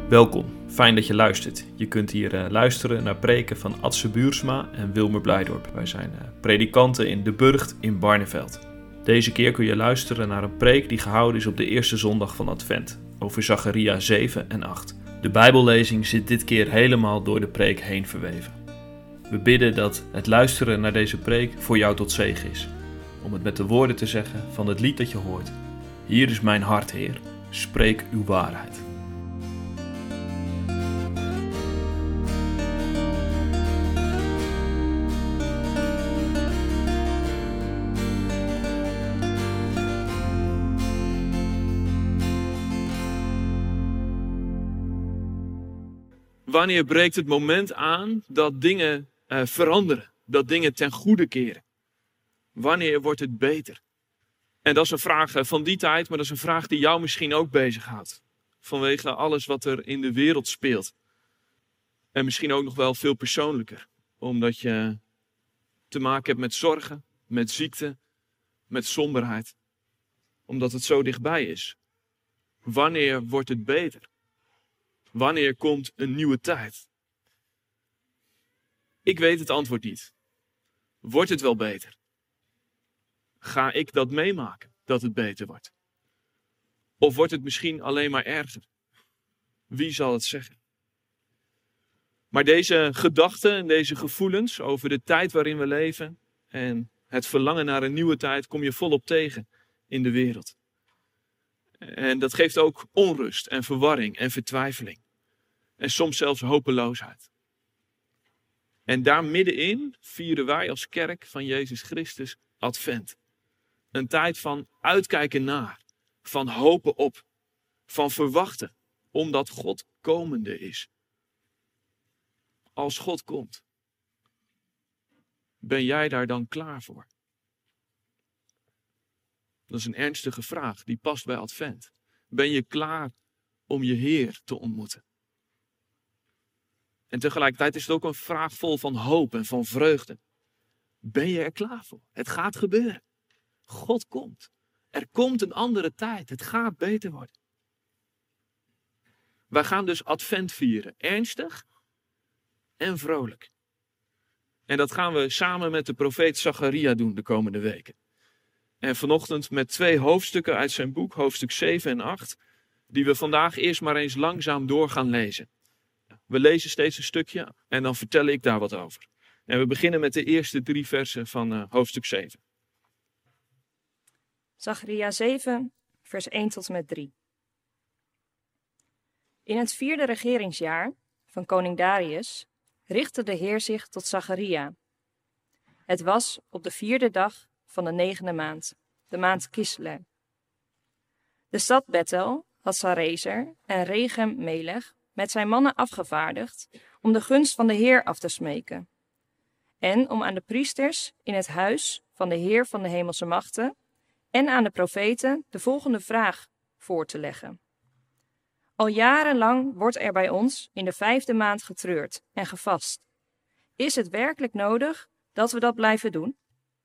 Welkom, fijn dat je luistert. Je kunt hier luisteren naar preken van Adse Buursma en Wilmer Blijdorp. Wij zijn predikanten in De Burgt in Barneveld. Deze keer kun je luisteren naar een preek die gehouden is op de eerste zondag van Advent, over Zacharia 7 en 8. De Bijbellezing zit dit keer helemaal door de preek heen verweven. We bidden dat het luisteren naar deze preek voor jou tot zegen is. Om het met de woorden te zeggen van het lied dat je hoort. Hier is mijn hart, Heer, spreek uw waarheid. Wanneer breekt het moment aan dat dingen veranderen, dat dingen ten goede keren? Wanneer wordt het beter? En dat is een vraag van die tijd, maar dat is een vraag die jou misschien ook bezighoudt. Vanwege alles wat er in de wereld speelt. En misschien ook nog wel veel persoonlijker. Omdat je te maken hebt met zorgen, met ziekte, met somberheid. Omdat het zo dichtbij is. Wanneer wordt het beter? Wanneer komt een nieuwe tijd? Ik weet het antwoord niet. Wordt het wel beter? Ga ik dat meemaken, dat het beter wordt? Of wordt het misschien alleen maar erger? Wie zal het zeggen? Maar deze gedachten en deze gevoelens over de tijd waarin we leven en het verlangen naar een nieuwe tijd kom je volop tegen in de wereld. En dat geeft ook onrust en verwarring en vertwijfeling. En soms zelfs hopeloosheid. En daar middenin vieren wij als kerk van Jezus Christus Advent. Een tijd van uitkijken naar, van hopen op, van verwachten, omdat God komende is. Als God komt, ben jij daar dan klaar voor? Dat is een ernstige vraag, die past bij Advent. Ben je klaar om je Heer te ontmoeten? En tegelijkertijd is het ook een vraag vol van hoop en van vreugde. Ben je er klaar voor? Het gaat gebeuren. God komt. Er komt een andere tijd. Het gaat beter worden. Wij gaan dus Advent vieren. Ernstig en vrolijk. En dat gaan we samen met de profeet Zacharia doen de komende weken. En vanochtend met 2 hoofdstukken uit zijn boek, hoofdstuk 7 en 8, die we vandaag eerst maar eens langzaam door gaan lezen. We lezen steeds een stukje en dan vertel ik daar wat over. En we beginnen met de eerste 3 versen van hoofdstuk 7. Zacharia 7, vers 1 tot en met 3. In het 4e regeringsjaar van koning Darius richtte de Heer zich tot Zacharia. Het was op de 4e dag van de 9e maand, de maand Kislev. De stad Bethel had Sarezer en Regem-Melech met zijn mannen afgevaardigd om de gunst van de Heer af te smeken. En om aan de priesters in het huis van de Heer van de hemelse machten en aan de profeten de volgende vraag voor te leggen. Al jarenlang wordt er bij ons in de 5e maand getreurd en gevast. Is het werkelijk nodig dat we dat blijven doen?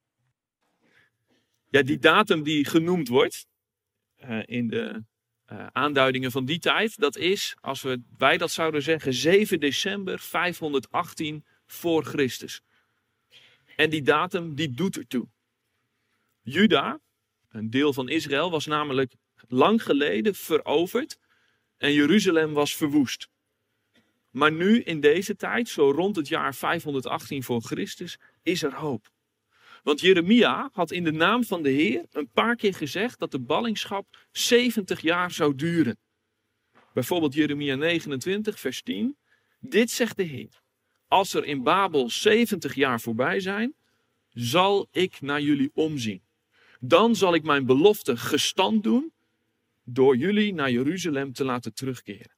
Ja, die datum die genoemd wordt in de aanduidingen van die tijd, dat is, als wij dat zouden zeggen, 7 december 518 voor Christus. En die datum, die doet ertoe. Juda, een deel van Israël, was namelijk lang geleden veroverd en Jeruzalem was verwoest. Maar nu in deze tijd, zo rond het jaar 518 voor Christus, is er hoop. Want Jeremia had in de naam van de Heer een paar keer gezegd dat de ballingschap 70 jaar zou duren. Bijvoorbeeld Jeremia 29, vers 10. Dit zegt de Heer. Als er in Babel 70 jaar voorbij zijn, zal ik naar jullie omzien. Dan zal ik mijn belofte gestand doen door jullie naar Jeruzalem te laten terugkeren.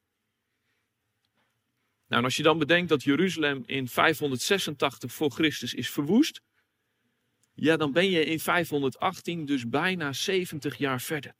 Nou, en als je dan bedenkt dat Jeruzalem in 586 voor Christus is verwoest, ja, dan ben je in 518 dus bijna 70 jaar verder.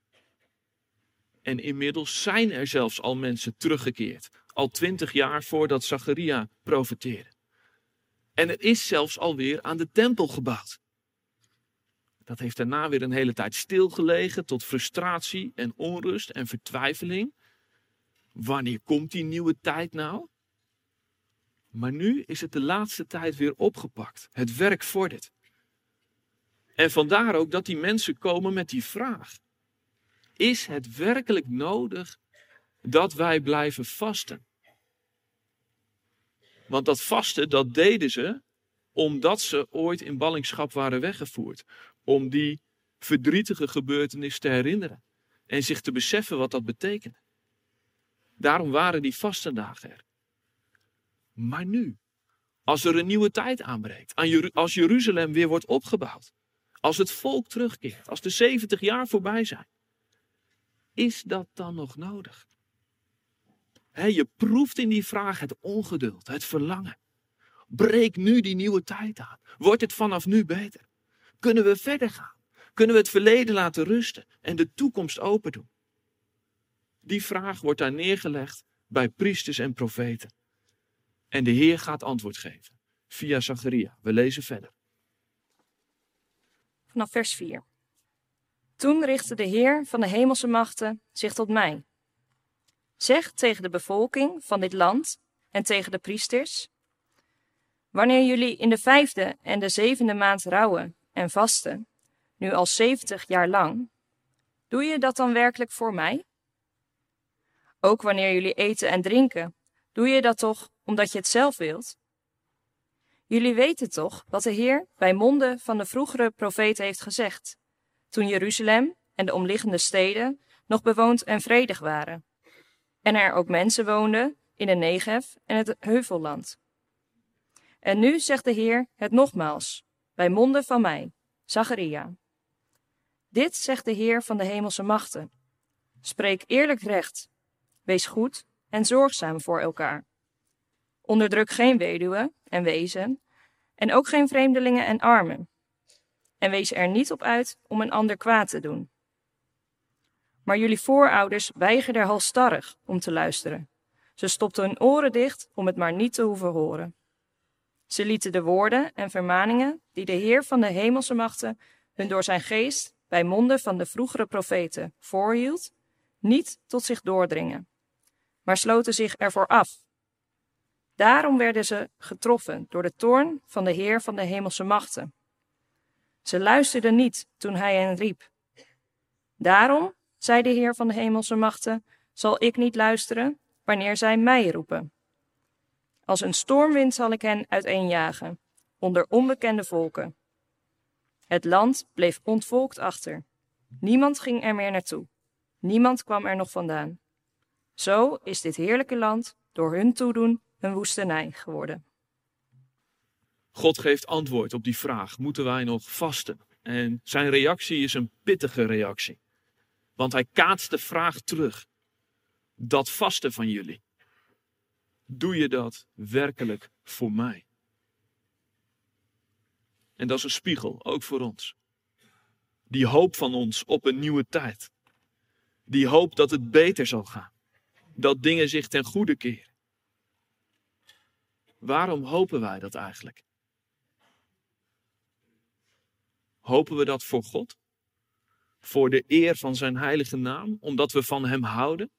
En inmiddels zijn er zelfs al mensen teruggekeerd. Al 20 jaar voordat Zacharia profeteerde. En er is zelfs alweer aan de tempel gebouwd. Dat heeft daarna weer een hele tijd stilgelegen tot frustratie en onrust en vertwijfeling. Wanneer komt die nieuwe tijd nou? Maar nu is het de laatste tijd weer opgepakt. Het werk vordert. En vandaar ook dat die mensen komen met die vraag. Is het werkelijk nodig dat wij blijven vasten? Want dat vasten, dat deden ze omdat ze ooit in ballingschap waren weggevoerd. Om die verdrietige gebeurtenis te herinneren. En zich te beseffen wat dat betekende. Daarom waren die vastendagen er. Maar nu, als er een nieuwe tijd aanbreekt, als Jeruzalem weer wordt opgebouwd, als het volk terugkeert, als de 70 jaar voorbij zijn, is dat dan nog nodig? Je proeft in die vraag het ongeduld, het verlangen. Breek nu die nieuwe tijd aan. Wordt het vanaf nu beter? Kunnen we verder gaan? Kunnen we het verleden laten rusten en de toekomst open doen? Die vraag wordt daar neergelegd bij priesters en profeten. En de Heer gaat antwoord geven via Zacharia. We lezen verder. Vanaf vers 4. Toen richtte de Heer van de hemelse machten zich tot mij. Zeg tegen de bevolking van dit land en tegen de priesters: wanneer jullie in de 5e en de 7e maand rouwen en vasten, nu al 70 jaar lang, doe je dat dan werkelijk voor mij? Ook wanneer jullie eten en drinken, doe je dat toch omdat je het zelf wilt? Jullie weten toch wat de Heer bij monden van de vroegere profeten heeft gezegd, toen Jeruzalem en de omliggende steden nog bewoond en vredig waren, en er ook mensen woonden in de Negev en het heuvelland. En nu zegt de Heer het nogmaals, bij monden van mij, Zacharia. Dit zegt de Heer van de hemelse machten. Spreek eerlijk recht. Wees goed en zorgzaam voor elkaar. Onderdruk geen weduwe en wezen, en ook geen vreemdelingen en armen. En wees er niet op uit om een ander kwaad te doen. Maar jullie voorouders weigerden halsstarrig om te luisteren. Ze stopten hun oren dicht om het maar niet te hoeven horen. Ze lieten de woorden en vermaningen die de Heer van de hemelse machten hun door zijn geest bij monden van de vroegere profeten voorhield, niet tot zich doordringen, maar sloten zich ervoor af. Daarom werden ze getroffen door de toorn van de Heer van de hemelse machten. Ze luisterden niet toen hij hen riep. Daarom, zei de Heer van de hemelse machten, zal ik niet luisteren wanneer zij mij roepen. Als een stormwind zal ik hen uiteenjagen, onder onbekende volken. Het land bleef ontvolkt achter. Niemand ging er meer naartoe. Niemand kwam er nog vandaan. Zo is dit heerlijke land door hun toedoen een woestenij geworden. God geeft antwoord op die vraag, moeten wij nog vasten? En zijn reactie is een pittige reactie. Want hij kaatst de vraag terug. Dat vasten van jullie, doe je dat werkelijk voor mij? En dat is een spiegel, ook voor ons. Die hoop van ons op een nieuwe tijd. Die hoop dat het beter zal gaan. Dat dingen zich ten goede keren. Waarom hopen wij dat eigenlijk? Hopen we dat voor God? Voor de eer van zijn heilige naam, omdat we van hem houden?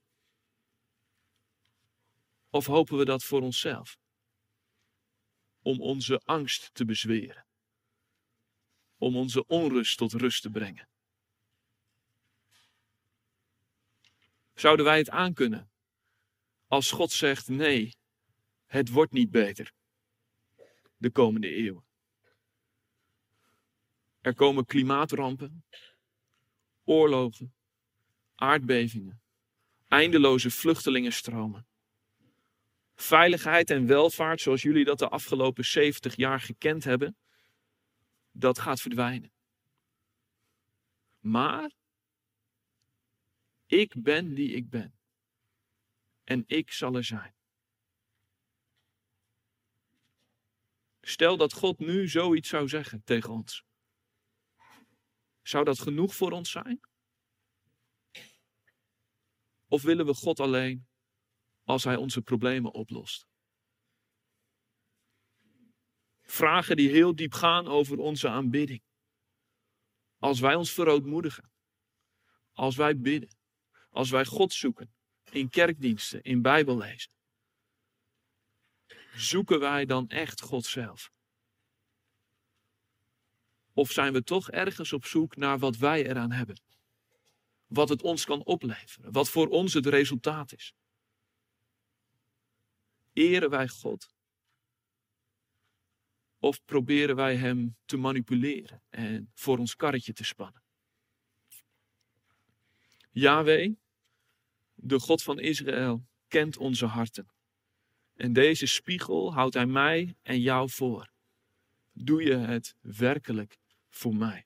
Of hopen we dat voor onszelf? Om onze angst te bezweren. Om onze onrust tot rust te brengen. Zouden wij het aankunnen als God zegt nee, het wordt niet beter de komende eeuwen? Er komen klimaatrampen, oorlogen, aardbevingen, eindeloze vluchtelingenstromen. Veiligheid en welvaart, zoals jullie dat de afgelopen 70 jaar gekend hebben, dat gaat verdwijnen. Maar ik ben die ik ben. En ik zal er zijn. Stel dat God nu zoiets zou zeggen tegen ons. Zou dat genoeg voor ons zijn? Of willen we God alleen als hij onze problemen oplost? Vragen die heel diep gaan over onze aanbidding. Als wij ons verootmoedigen. Als wij bidden. Als wij God zoeken. in kerkdiensten, in bijbellezen? Zoeken wij dan echt God zelf? Of zijn we toch ergens op zoek naar wat wij eraan hebben? Wat het ons kan opleveren, wat voor ons het resultaat is? Eren wij God? Of proberen wij hem te manipuleren en voor ons karretje te spannen? Yahweh, de God van Israël, kent onze harten. En deze spiegel houdt hij mij en jou voor. Doe je het werkelijk voor mij?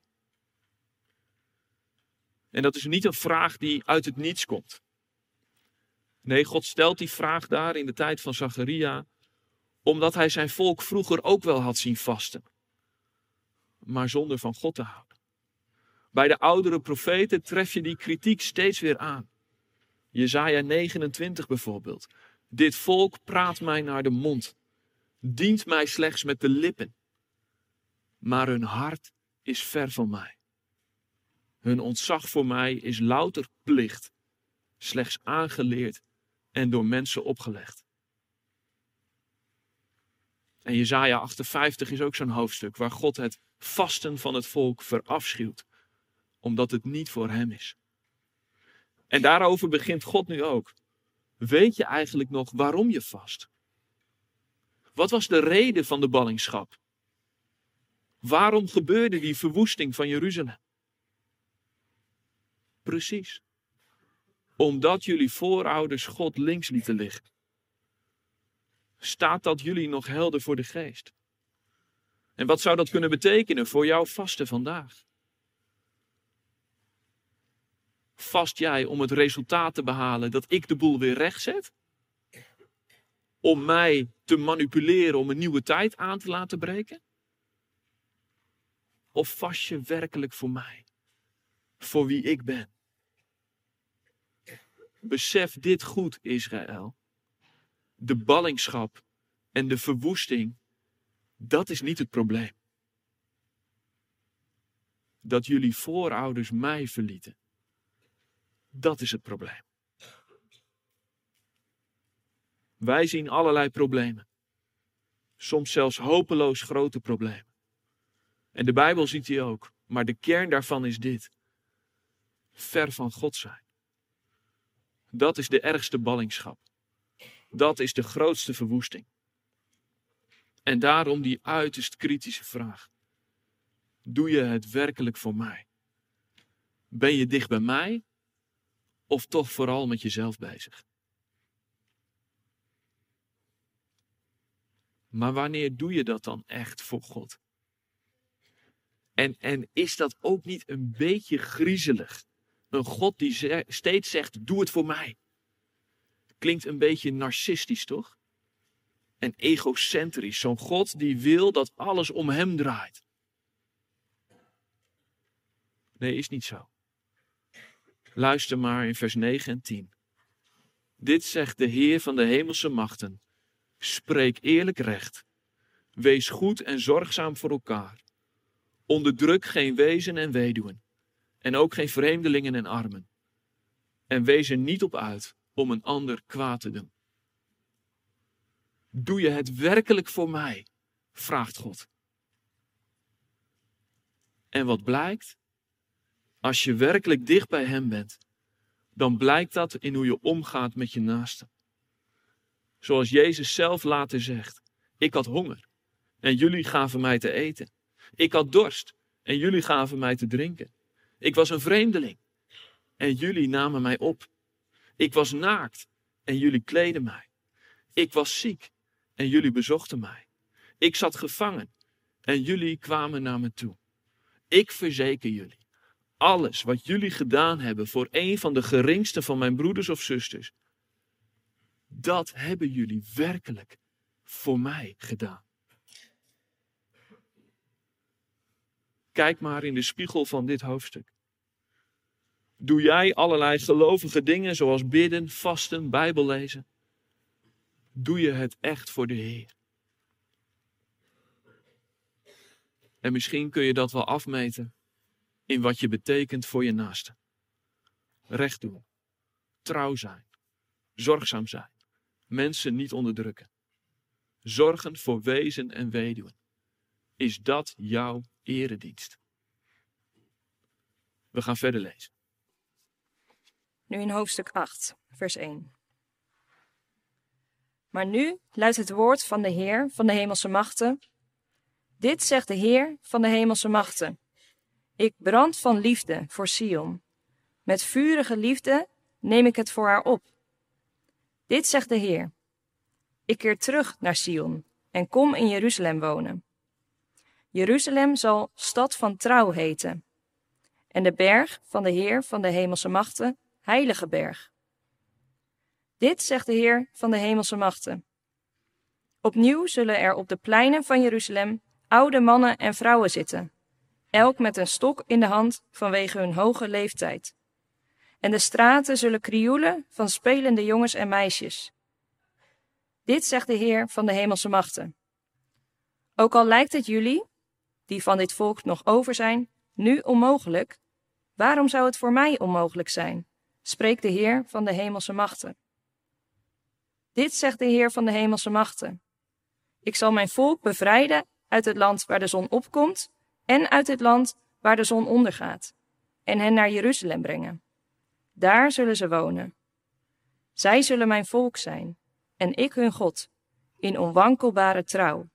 En dat is niet een vraag die uit het niets komt. Nee, God stelt die vraag daar in de tijd van Zacharia, omdat hij zijn volk vroeger ook wel had zien vasten, maar zonder van God te houden. Bij de oudere profeten tref je die kritiek steeds weer aan. Jesaja 29 bijvoorbeeld. Dit volk praat mij naar de mond, dient mij slechts met de lippen, maar hun hart is ver van mij. Hun ontzag voor mij is louter plicht, slechts aangeleerd en door mensen opgelegd. En Jesaja 58 is ook zo'n hoofdstuk waar God het vasten van het volk verafschuwt, omdat het niet voor hem is. En daarover begint God nu ook. Weet je eigenlijk nog waarom je vast? Wat was de reden van de ballingschap? Waarom gebeurde die verwoesting van Jeruzalem? Precies. Omdat jullie voorouders God links lieten liggen. Staat dat jullie nog helder voor de geest? En wat zou dat kunnen betekenen voor jouw vasten vandaag? Vast jij om het resultaat te behalen dat ik de boel weer recht zet? Om mij te manipuleren om een nieuwe tijd aan te laten breken? Of vast je werkelijk voor mij? Voor wie ik ben? Besef dit goed, Israël. De ballingschap en de verwoesting, dat is niet het probleem. Dat jullie voorouders mij verlieten, dat is het probleem. Wij zien allerlei problemen. Soms zelfs hopeloos grote problemen. En de Bijbel ziet die ook. Maar de kern daarvan is dit. Ver van God zijn. Dat is de ergste ballingschap. Dat is de grootste verwoesting. En daarom die uiterst kritische vraag. Doe je het werkelijk voor mij? Ben je dicht bij mij? Of toch vooral met jezelf bezig? Maar wanneer doe je dat dan echt voor God? En is dat ook niet een beetje griezelig? Een God die steeds zegt, doe het voor mij. Klinkt een beetje narcistisch, toch? En egocentrisch. Zo'n God die wil dat alles om hem draait. Nee, is niet zo. Luister maar in vers 9 en 10. Dit zegt de Heer van de hemelse machten. Spreek eerlijk recht. Wees goed en zorgzaam voor elkaar. Onderdruk geen wezen en weduwen. En ook geen vreemdelingen en armen. En wees er niet op uit om een ander kwaad te doen. Doe je het werkelijk voor mij? Vraagt God. En wat blijkt? Als je werkelijk dicht bij hem bent, dan blijkt dat in hoe je omgaat met je naaste. Zoals Jezus zelf later zegt. Ik had honger en jullie gaven mij te eten. Ik had dorst en jullie gaven mij te drinken. Ik was een vreemdeling en jullie namen mij op. Ik was naakt en jullie kleden mij. Ik was ziek en jullie bezochten mij. Ik zat gevangen en jullie kwamen naar me toe. Ik verzeker jullie. Alles wat jullie gedaan hebben voor een van de geringste van mijn broeders of zusters, dat hebben jullie werkelijk voor mij gedaan. Kijk maar in de spiegel van dit hoofdstuk. Doe jij allerlei gelovige dingen zoals bidden, vasten, Bijbel lezen? Doe je het echt voor de Heer? En misschien kun je dat wel afmeten in wat je betekent voor je naaste. Recht doen, trouw zijn, Zorgzaam zijn. Mensen niet onderdrukken. Zorgen voor wezen en weduwen. Is dat jouw eredienst? We gaan verder lezen. Nu in hoofdstuk 8, vers 1. Maar nu luidt het woord van de Heer van de hemelse machten. Dit zegt de Heer van de hemelse machten. Ik brand van liefde voor Sion. Met vurige liefde neem ik het voor haar op. Dit zegt de Heer. Ik keer terug naar Sion en kom in Jeruzalem wonen. Jeruzalem zal stad van trouw heten. En de berg van de Heer van de hemelse machten, heilige berg. Dit zegt de Heer van de hemelse machten. Opnieuw zullen er op de pleinen van Jeruzalem oude mannen en vrouwen zitten, elk met een stok in de hand vanwege hun hoge leeftijd. En de straten zullen krioelen van spelende jongens en meisjes. Dit zegt de Heer van de hemelse machten. Ook al lijkt het jullie, die van dit volk nog over zijn, nu onmogelijk, waarom zou het voor mij onmogelijk zijn? Spreekt de Heer van de hemelse machten. Dit zegt de Heer van de hemelse machten. Ik zal mijn volk bevrijden uit het land waar de zon opkomt en uit het land waar de zon ondergaat, en hen naar Jeruzalem brengen. Daar zullen ze wonen. Zij zullen mijn volk zijn, en ik hun God, in onwankelbare trouw.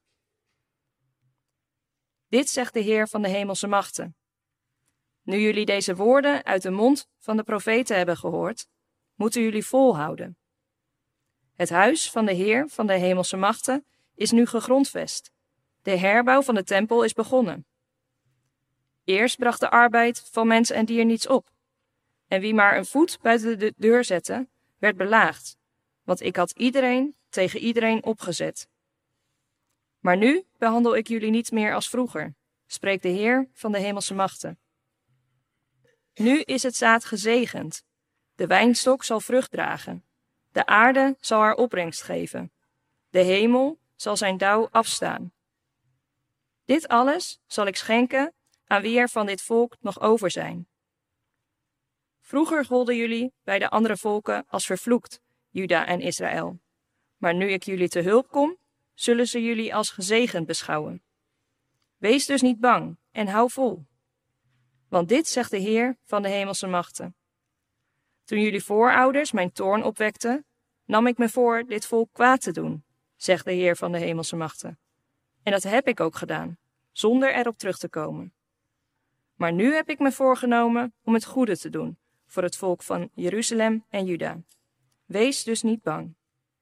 Dit zegt de Heer van de hemelse machten. Nu jullie deze woorden uit de mond van de profeten hebben gehoord, moeten jullie volhouden. Het huis van de Heer van de hemelse machten is nu gegrondvest. De herbouw van de tempel is begonnen. Eerst bracht de arbeid van mens en dier niets op. En wie maar een voet buiten de deur zette, werd belaagd, want ik had iedereen tegen iedereen opgezet. Maar nu behandel ik jullie niet meer als vroeger, spreekt de Heer van de hemelse machten. Nu is het zaad gezegend, de wijnstok zal vrucht dragen, de aarde zal haar opbrengst geven, de hemel zal zijn dauw afstaan. Dit alles zal ik schenken aan wie er van dit volk nog over zijn. Vroeger golden jullie bij de andere volken als vervloekt, Juda en Israël. Maar nu ik jullie te hulp kom, zullen ze jullie als gezegend beschouwen. Wees dus niet bang en hou vol. Want dit zegt de Heer van de hemelse machten. Toen jullie voorouders mijn toorn opwekten, nam ik me voor dit volk kwaad te doen, zegt de Heer van de hemelse machten. En dat heb ik ook gedaan, zonder erop terug te komen. Maar nu heb ik me voorgenomen om het goede te doen voor het volk van Jeruzalem en Juda. Wees dus niet bang.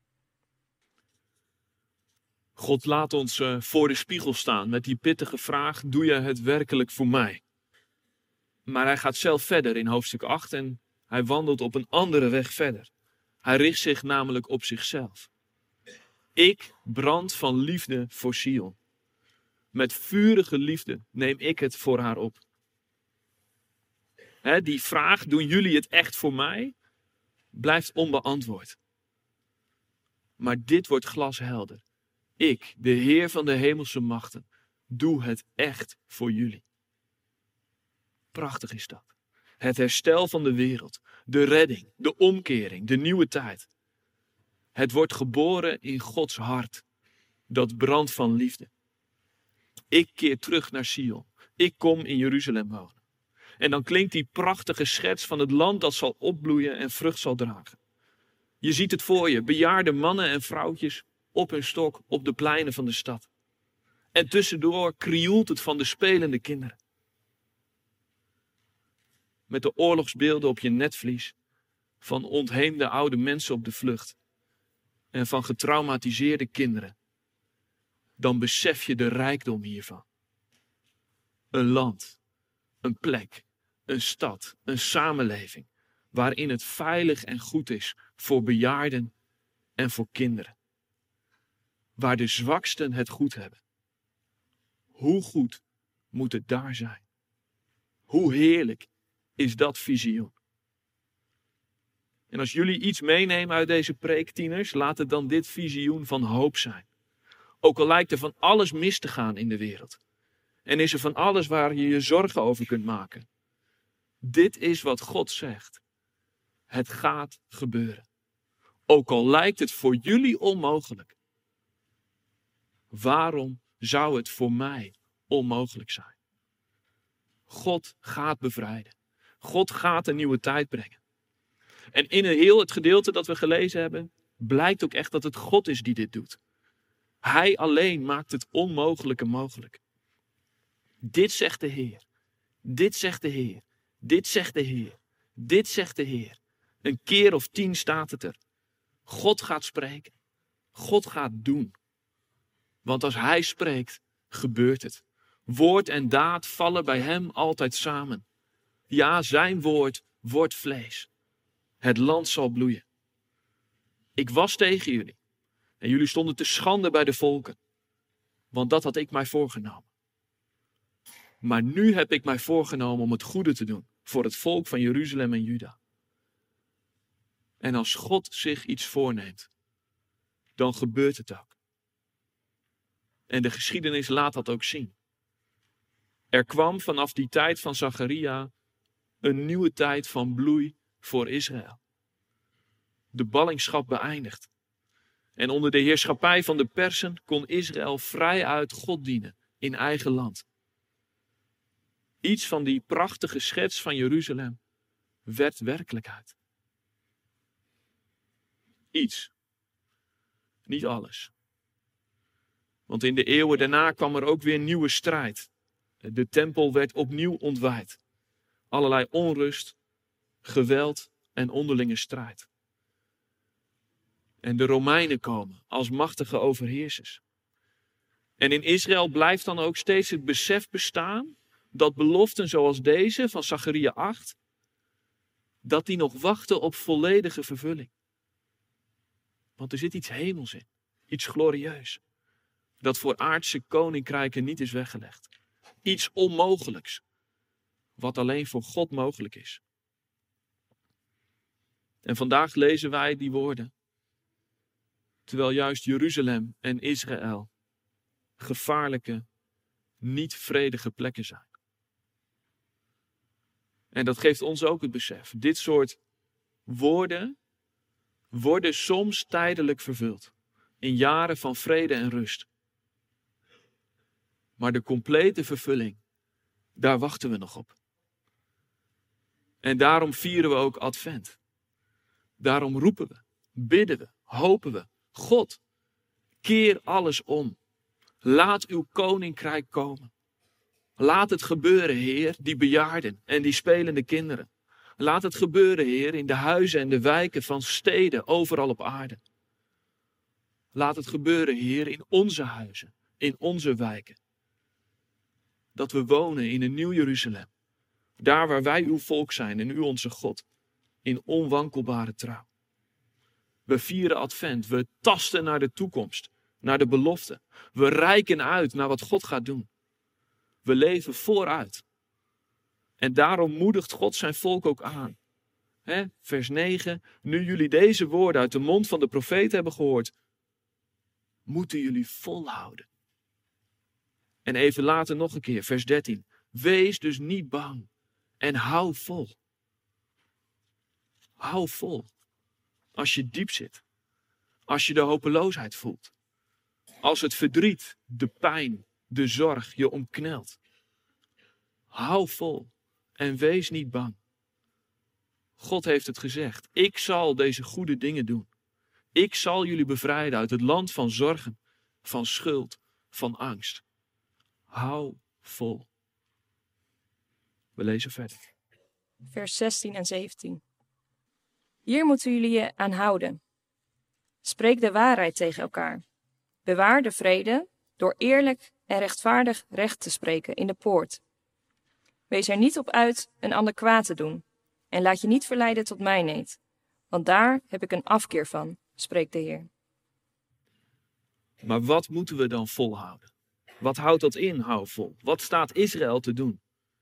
God laat ons voor de spiegel staan met die pittige vraag, doe je het werkelijk voor mij? Maar hij gaat zelf verder in hoofdstuk 8 en hij wandelt op een andere weg verder. Hij richt zich namelijk op zichzelf. Ik brand van liefde voor Sion. Met vurige liefde neem ik het voor haar op. Die vraag, doen jullie het echt voor mij? Blijft onbeantwoord. Maar dit wordt glashelder. Ik, de Heer van de hemelse machten, doe het echt voor jullie. Prachtig is dat. Het herstel van de wereld, de redding, de omkering, de nieuwe tijd. Het wordt geboren in Gods hart, dat brandt van liefde. Ik keer terug naar Sion. Ik kom in Jeruzalem wonen. En dan klinkt die prachtige schets van het land dat zal opbloeien en vrucht zal dragen. Je ziet het voor je, bejaarde mannen en vrouwtjes op hun stok op de pleinen van de stad. En tussendoor krioelt het van de spelende kinderen. Met de oorlogsbeelden op je netvlies, van ontheemde oude mensen op de vlucht en van getraumatiseerde kinderen. Dan besef je de rijkdom hiervan. Een land, een plek, een stad, een samenleving waarin het veilig en goed is voor bejaarden en voor kinderen. Waar de zwaksten het goed hebben. Hoe goed moet het daar zijn? Hoe heerlijk is dat visioen? En als jullie iets meenemen uit deze preek, tieners, laat het dan dit visioen van hoop zijn. Ook al lijkt er van alles mis te gaan in de wereld. En is er van alles waar je je zorgen over kunt maken. Dit is wat God zegt. Het gaat gebeuren. Ook al lijkt het voor jullie onmogelijk. Waarom zou het voor mij onmogelijk zijn? God gaat bevrijden. God gaat een nieuwe tijd brengen. En in heel het gedeelte dat we gelezen hebben, blijkt ook echt dat het God is die dit doet. Hij alleen maakt het onmogelijke mogelijk. Dit zegt de Heer. Dit zegt de Heer. Dit zegt de Heer. Dit zegt de Heer. Een keer of 10 staat het er. God gaat spreken. God gaat doen. Want als hij spreekt, gebeurt het. Woord en daad vallen bij hem altijd samen. Ja, zijn woord wordt vlees. Het land zal bloeien. Ik was tegen jullie. En jullie stonden te schande bij de volken. Want dat had ik mij voorgenomen. Maar nu heb ik mij voorgenomen om het goede te doen. Voor het volk van Jeruzalem en Juda. En als God zich iets voorneemt. Dan gebeurt het ook. En de geschiedenis laat dat ook zien. Er kwam vanaf die tijd van Zacharia een nieuwe tijd van bloei voor Israël. De ballingschap beëindigd. En onder de heerschappij van de Persen kon Israël vrijuit God dienen in eigen land. Iets van die prachtige schets van Jeruzalem werd werkelijkheid. Iets. Niet alles. Want in de eeuwen daarna kwam er ook weer nieuwe strijd. De tempel werd opnieuw ontwaaid. Allerlei onrust, geweld en onderlinge strijd. En de Romeinen komen als machtige overheersers. En in Israël blijft dan ook steeds het besef bestaan dat beloften zoals deze van Zacharia 8, dat die nog wachten op volledige vervulling. Want er zit iets hemels in, iets glorieus, dat voor aardse koninkrijken niet is weggelegd. Iets onmogelijks, wat alleen voor God mogelijk is. En vandaag lezen wij die woorden, terwijl juist Jeruzalem en Israël gevaarlijke, niet vredige plekken zijn. En dat geeft ons ook het besef. Dit soort woorden worden soms tijdelijk vervuld. In jaren van vrede en rust. Maar de complete vervulling, daar wachten we nog op. En daarom vieren we ook Advent. Daarom roepen we, bidden we, hopen we. God, keer alles om. Laat uw koninkrijk komen. Laat het gebeuren, Heer, die bejaarden en die spelende kinderen. Laat het gebeuren, Heer, in de huizen en de wijken van steden overal op aarde. Laat het gebeuren, Heer, in onze huizen, in onze wijken. Dat we wonen in een nieuw Jeruzalem. Daar waar wij uw volk zijn en u onze God. In onwankelbare trouw. We vieren Advent, we tasten naar de toekomst, naar de belofte. We reiken uit naar wat God gaat doen. We leven vooruit. En daarom moedigt God zijn volk ook aan. Vers 9. Nu jullie deze woorden uit de mond van de profeet hebben gehoord, moeten jullie volhouden. En even later nog een keer, vers 13. Wees dus niet bang en hou vol. Hou vol. Als je diep zit. Als je de hopeloosheid voelt. Als het verdriet, de pijn, de zorg je omknelt. Hou vol en wees niet bang. God heeft het gezegd. Ik zal deze goede dingen doen. Ik zal jullie bevrijden uit het land van zorgen, van schuld, van angst. Hou vol. We lezen verder. Vers 16 en 17. Hier moeten jullie je aan houden. Spreek de waarheid tegen elkaar. Bewaar de vrede door eerlijk en rechtvaardig recht te spreken in de poort. Wees er niet op uit een ander kwaad te doen en laat je niet verleiden tot mijneed, want daar heb ik een afkeer van, spreekt de Heer. Maar wat moeten we dan volhouden? Wat houdt dat in, hou vol? Wat staat Israël te doen?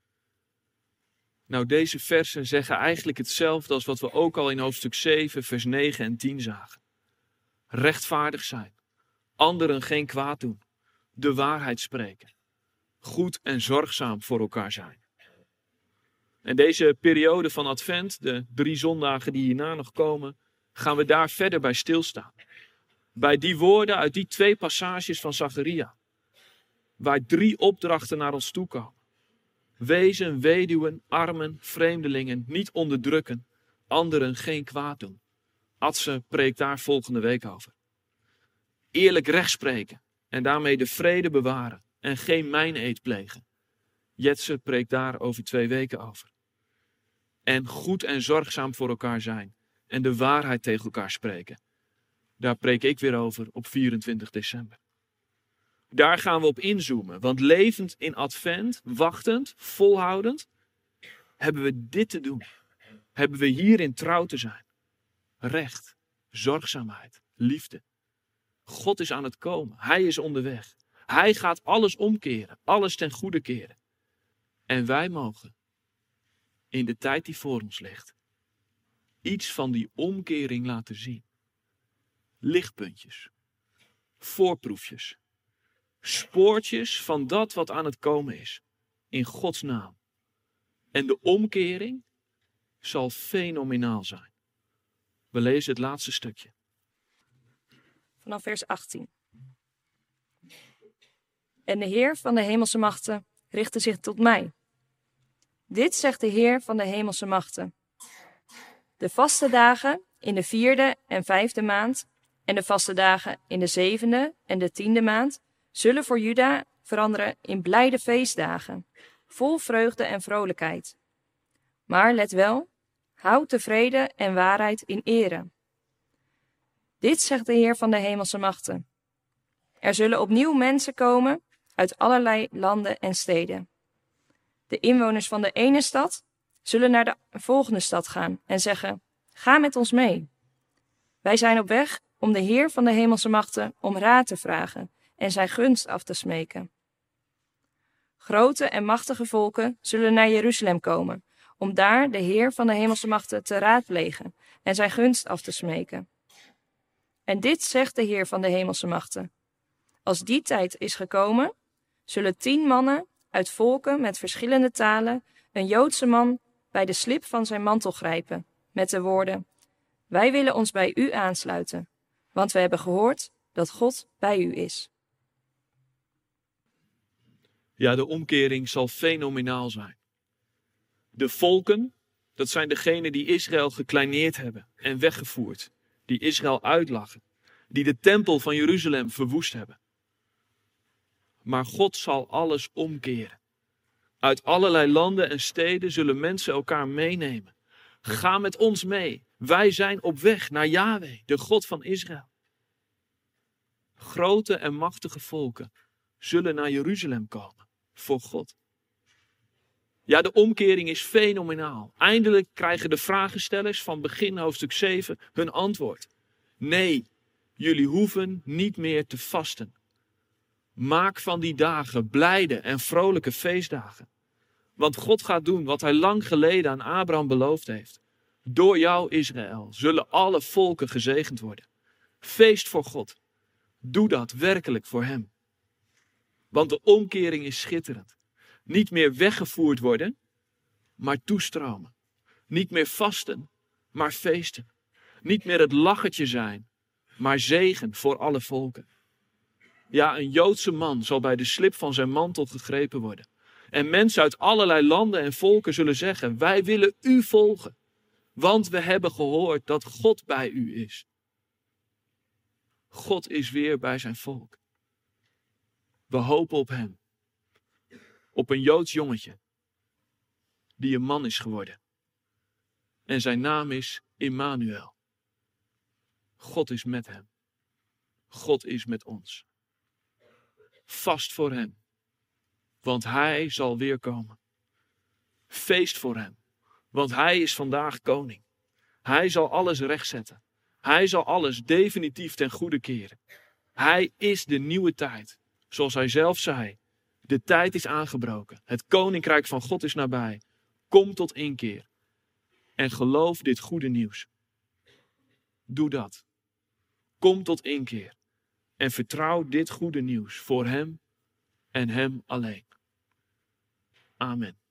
Nou, deze versen zeggen eigenlijk hetzelfde als wat we ook al in hoofdstuk 7, vers 9 en 10 zagen. Rechtvaardig zijn, anderen geen kwaad doen, de waarheid spreken, goed en zorgzaam voor elkaar zijn. En deze periode van Advent, de 3 zondagen die hierna nog komen, gaan we daar verder bij stilstaan. Bij die woorden uit die 2 passages van Zacharia. Waar 3 opdrachten naar ons toe komen. Wezen, weduwen, armen, vreemdelingen niet onderdrukken. Anderen geen kwaad doen. Adse preekt daar volgende week over. Eerlijk recht spreken en daarmee de vrede bewaren en geen meineed plegen. Jetse preekt daar over 2 weken over. En goed en zorgzaam voor elkaar zijn en de waarheid tegen elkaar spreken. Daar preek ik weer over op 24 december. Daar gaan we op inzoomen, want levend in advent, wachtend, volhoudend, hebben we dit te doen. Hebben we hierin trouw te zijn. Recht, zorgzaamheid, liefde. God is aan het komen. Hij is onderweg. Hij gaat alles omkeren, alles ten goede keren. En wij mogen, in de tijd die voor ons ligt, iets van die omkering laten zien. Lichtpuntjes, voorproefjes, spoortjes van dat wat aan het komen is, in Gods naam. En de omkering zal fenomenaal zijn. We lezen het laatste stukje. Vanaf vers 18. En de Heer van de hemelse machten richtte zich tot mij. Dit zegt de Heer van de hemelse machten. De vaste dagen in de 4e en 5e maand en de vaste dagen in de 7e en de 10e maand zullen voor Juda veranderen in blijde feestdagen, vol vreugde en vrolijkheid. Maar let wel, houd de vrede en waarheid in ere. Dit zegt de Heer van de hemelse machten. Er zullen opnieuw mensen komen uit allerlei landen en steden. De inwoners van de ene stad zullen naar de volgende stad gaan en zeggen, ga met ons mee. Wij zijn op weg om de Heer van de hemelse machten om raad te vragen en zijn gunst af te smeken. Grote en machtige volken zullen naar Jeruzalem komen, om daar de Heer van de hemelse machten te raadplegen en zijn gunst af te smeken. En dit zegt de Heer van de hemelse machten. Als die tijd is gekomen, zullen 10 mannen uit volken met verschillende talen een Joodse man bij de slip van zijn mantel grijpen, met de woorden, wij willen ons bij u aansluiten, want we hebben gehoord dat God bij u is. Ja, de omkering zal fenomenaal zijn. De volken, dat zijn degenen die Israël gekleineerd hebben en weggevoerd. Die Israël uitlachen. Die de tempel van Jeruzalem verwoest hebben. Maar God zal alles omkeren. Uit allerlei landen en steden zullen mensen elkaar meenemen. Ga met ons mee. Wij zijn op weg naar Yahweh, de God van Israël. Grote en machtige volken zullen naar Jeruzalem komen voor God. Ja, de omkering is fenomenaal. Eindelijk krijgen de vragenstellers van begin hoofdstuk 7 hun antwoord. Nee, jullie hoeven niet meer te vasten. Maak van die dagen blijde en vrolijke feestdagen. Want God gaat doen wat hij lang geleden aan Abraham beloofd heeft. Door jou, Israël, zullen alle volken gezegend worden. Feest voor God. Doe dat werkelijk voor hem. Want de omkering is schitterend. Niet meer weggevoerd worden, maar toestromen. Niet meer vasten, maar feesten. Niet meer het lachertje zijn, maar zegen voor alle volken. Ja, een Joodse man zal bij de slip van zijn mantel gegrepen worden. En mensen uit allerlei landen en volken zullen zeggen, wij willen u volgen. Want we hebben gehoord dat God bij u is. God is weer bij zijn volk. We hopen op hem. Op een Joods jongetje. Die een man is geworden. En zijn naam is Immanuel. God is met hem. God is met ons. Vast voor hem. Want hij zal weer komen. Feest voor hem. Want hij is vandaag koning. Hij zal alles rechtzetten. Hij zal alles definitief ten goede keren. Hij is de nieuwe tijd. Zoals hij zelf zei. De tijd is aangebroken. Het koninkrijk van God is nabij. Kom tot inkeer. En geloof dit goede nieuws. Doe dat. Kom tot inkeer. En vertrouw dit goede nieuws voor hem en hem alleen. Amen.